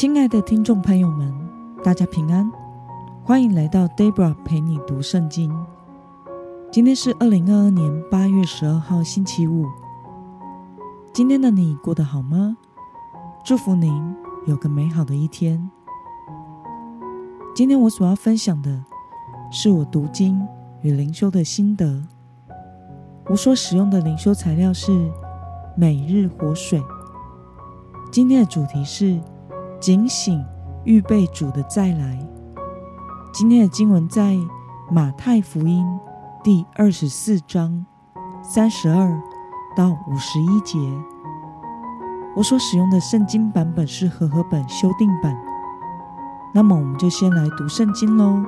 亲爱的听众朋友们，大家平安，欢迎来到 Debra 陪你读圣经。今天是2022年8月12号星期五。今天的你过得好吗？祝福您有个美好的一天。今天我所要分享的是我读经与灵修的心得。我所使用的灵修材料是每日活水。今天的主题是警醒预备主的再来。今天的经文在马太福音第24章32到51节。我所使用的圣经版本是和合本修订版。那么我们就先来读圣经咯。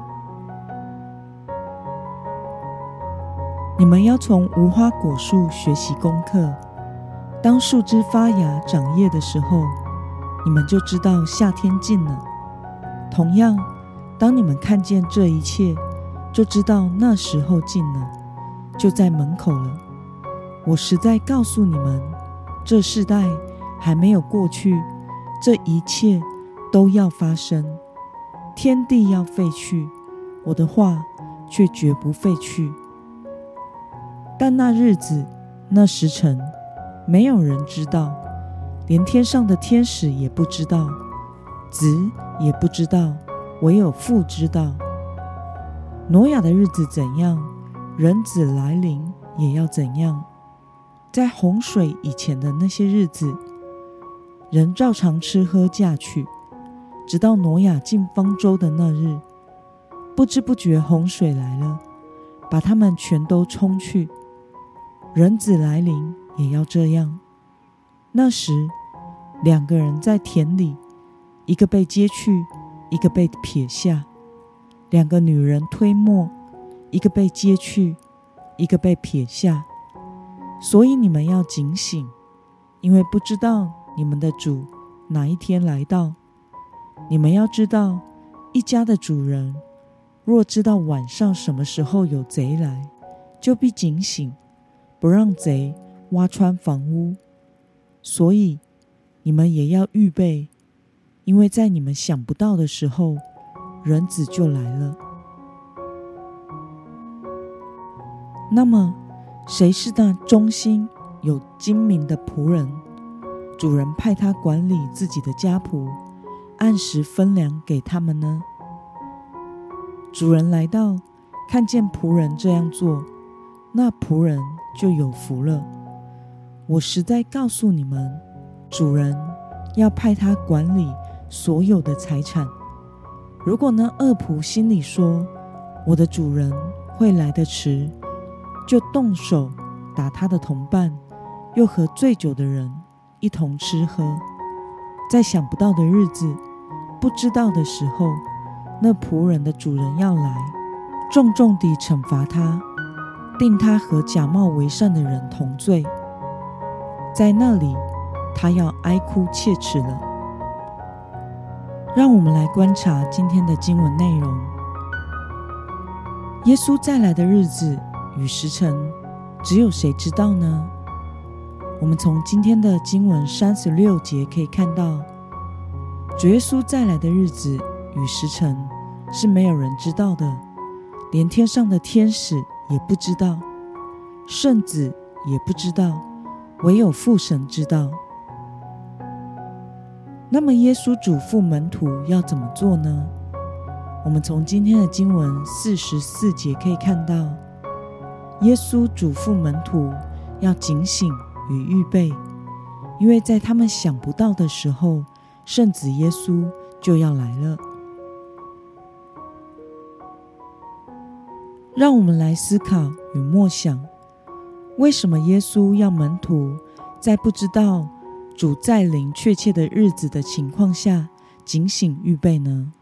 你们要从无花果树学习功课，当树枝发芽长叶的时候，你们就知道夏天近了。同样，当你们看见这一切，就知道那时候近了，就在门口了。我实在告诉你们，这世代还没有过去，这一切都要发生。天地要废去，我的话却绝不废去。但那日子，那时辰，没有人知道，连天上的天使也不知道，子也不知道，唯有父知道。挪亚的日子怎样，人子来临也要怎样。在洪水以前的那些日子，人照常吃喝嫁娶，直到挪亚进方舟的那日，不知不觉洪水来了，把他们全都冲去。人子来临也要这样。那时，两个人在田里，一个被接去，一个被撇下；两个女人推磨，一个被接去，一个被撇下。所以你们要警醒，因为不知道你们的主哪一天来到。你们要知道，一家的主人若知道晚上什么时候有贼来，就必警醒，不让贼挖穿房屋。所以你们也要预备，因为在你们想不到的时候，人子就来了。那么谁是那忠心有精明的仆人？主人派他管理自己的家仆，按时分粮给他们呢？主人来到，看见仆人这样做，那仆人就有福了。我实在告诉你们，主人要派他管理所有的财产。如果那恶仆心里说，我的主人会来得迟，就动手打他的同伴，又和醉酒的人一同吃喝，在想不到的日子，不知道的时候，那仆人的主人要来，重重地惩罚他，定他和假冒为善的人同罪。在那里，他要哀哭切齿了。让我们来观察今天的经文内容。耶稣再来的日子与时辰，只有谁知道呢？我们从今天的经文36节可以看到，主耶稣再来的日子与时辰是没有人知道的，连天上的天使也不知道，圣子也不知道，唯有父神知道。那么耶稣嘱咐门徒要怎么做呢？我们从今天的经文44节可以看到，耶稣嘱咐门徒要警醒与预备，因为在他们想不到的时候，圣子耶稣就要来了。让我们来思考与默想，为什么耶稣要门徒在不知道主再临确切的日子的情况下警醒预备呢？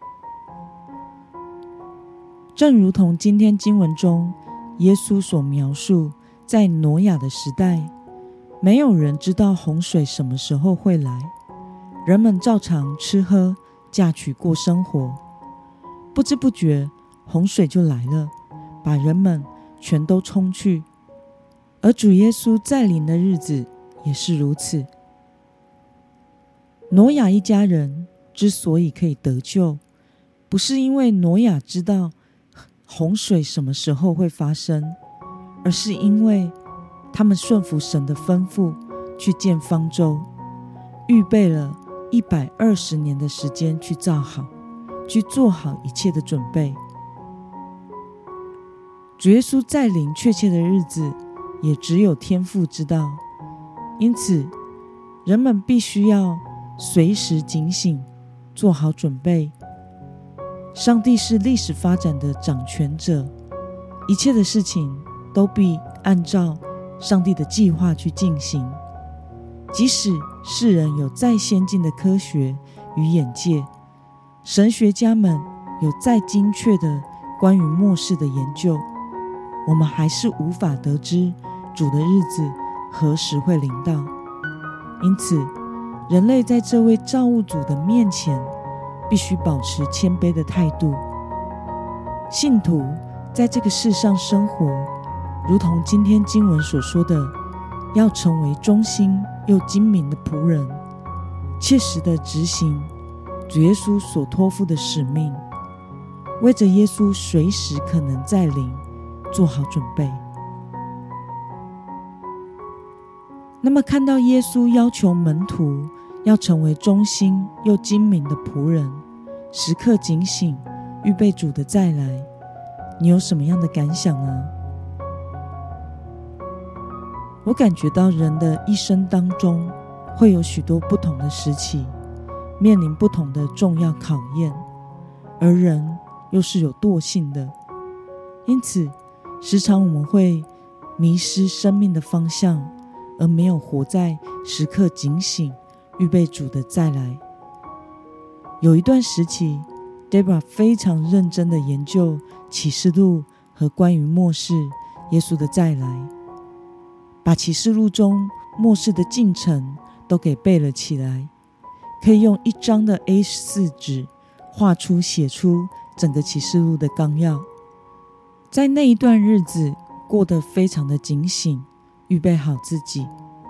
正如同今天经文中耶稣所描述，在挪亚的时代，没有人知道洪水什么时候会来，人们照常吃喝嫁娶过生活，不知不觉洪水就来了，把人们全都冲去。而主耶稣再临的日子也是如此。挪亚一家人之所以可以得救，不是因为挪亚知道洪水什么时候会发生，而是因为他们顺服神的吩咐去建方舟，预备了120年的时间去造好，去做好一切的准备。主耶稣再临确切的日子，也只有天父知道，因此人们必须要随时警醒，做好准备。上帝是历史发展的掌权者，一切的事情都必按照上帝的计划去进行。即使世人有再先进的科学与眼界，神学家们有再精确的关于末世的研究，我们还是无法得知主的日子何时会临到。因此，人类在这位造物主的面前必须保持谦卑的态度。信徒在这个世上生活，如同今天经文所说的，要成为忠心又精明的仆人，切实地执行主耶稣所托付的使命，为着耶稣随时可能再临做好准备。那么看到耶稣要求门徒要成为忠心又精明的仆人，时刻警醒，预备主的再来，你有什么样的感想呢？我感觉到人的一生当中会有许多不同的时期，面临不同的重要考验，而人又是有惰性的，因此时常我们会迷失生命的方向，而没有活在时刻警醒预备主的再来。有一段时期 Deborah 非常认真地研究启示录和关于末世耶稣的再来，把启示录中末世的进程都给背了起来，可以用1张的 A4 纸写出整个启示录的纲要。在那一段日子过得非常的警醒，预备好自己。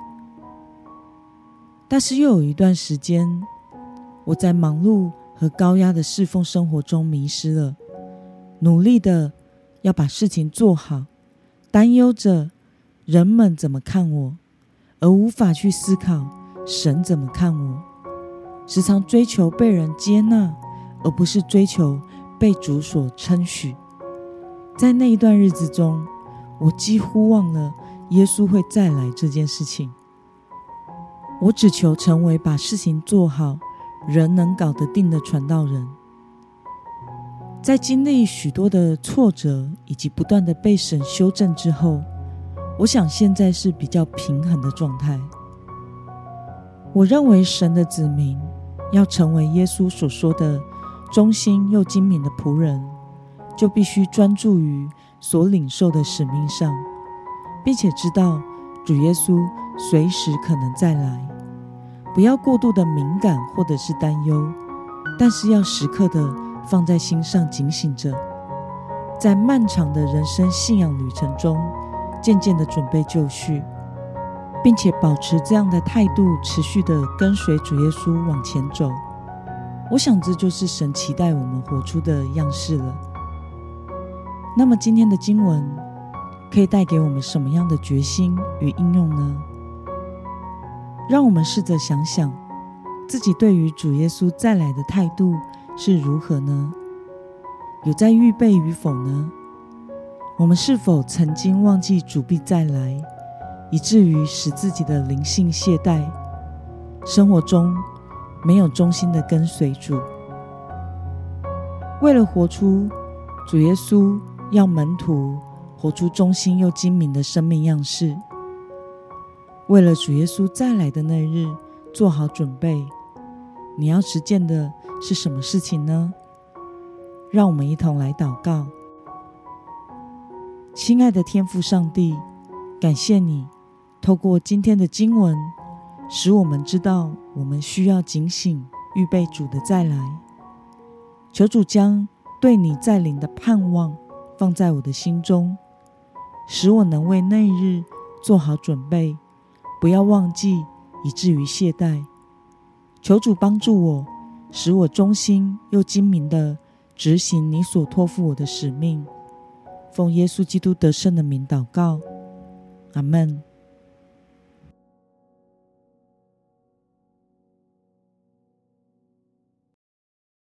但是又有一段时间，我在忙碌和高压的侍奉生活中迷失了，努力的要把事情做好，担忧着人们怎么看我，而无法去思考神怎么看我，时常追求被人接纳，而不是追求被主所称许。在那一段日子中，我几乎忘了耶稣会再来这件事情。我只求成为把事情做好，人能搞得定的传道人。在经历许多的挫折以及不断的被神修正之后，我想现在是比较平衡的状态。我认为神的子民要成为耶稣所说的忠心又精明的仆人，就必须专注于所领受的使命上，并且知道主耶稣随时可能再来，不要过度的敏感或者是担忧，但是要时刻的放在心上警醒着，在漫长的人生信仰旅程中渐渐的准备就绪，并且保持这样的态度，持续的跟随主耶稣往前走。我想这就是神期待我们活出的样式了。那么今天的经文可以带给我们什么样的决心与应用呢？让我们试着想想自己对于主耶稣再来的态度是如何呢？有在预备与否呢？我们是否曾经忘记主必再来，以至于使自己的灵性懈怠，生活中没有忠心的跟随主？为了活出主耶稣要门徒活出忠心又精明的生命样式，为了主耶稣再来的那日做好准备，你要实践的是什么事情呢？让我们一同来祷告。亲爱的天父上帝，感谢你透过今天的经文，使我们知道我们需要警醒，预备主的再来。求主将对你再临的盼望放在我的心中，使我能为那一日做好准备，不要忘记以至于懈怠。求主帮助我使我忠心又精明地执行你所托付我的使命。奉耶稣基督得胜的名祷告，阿们。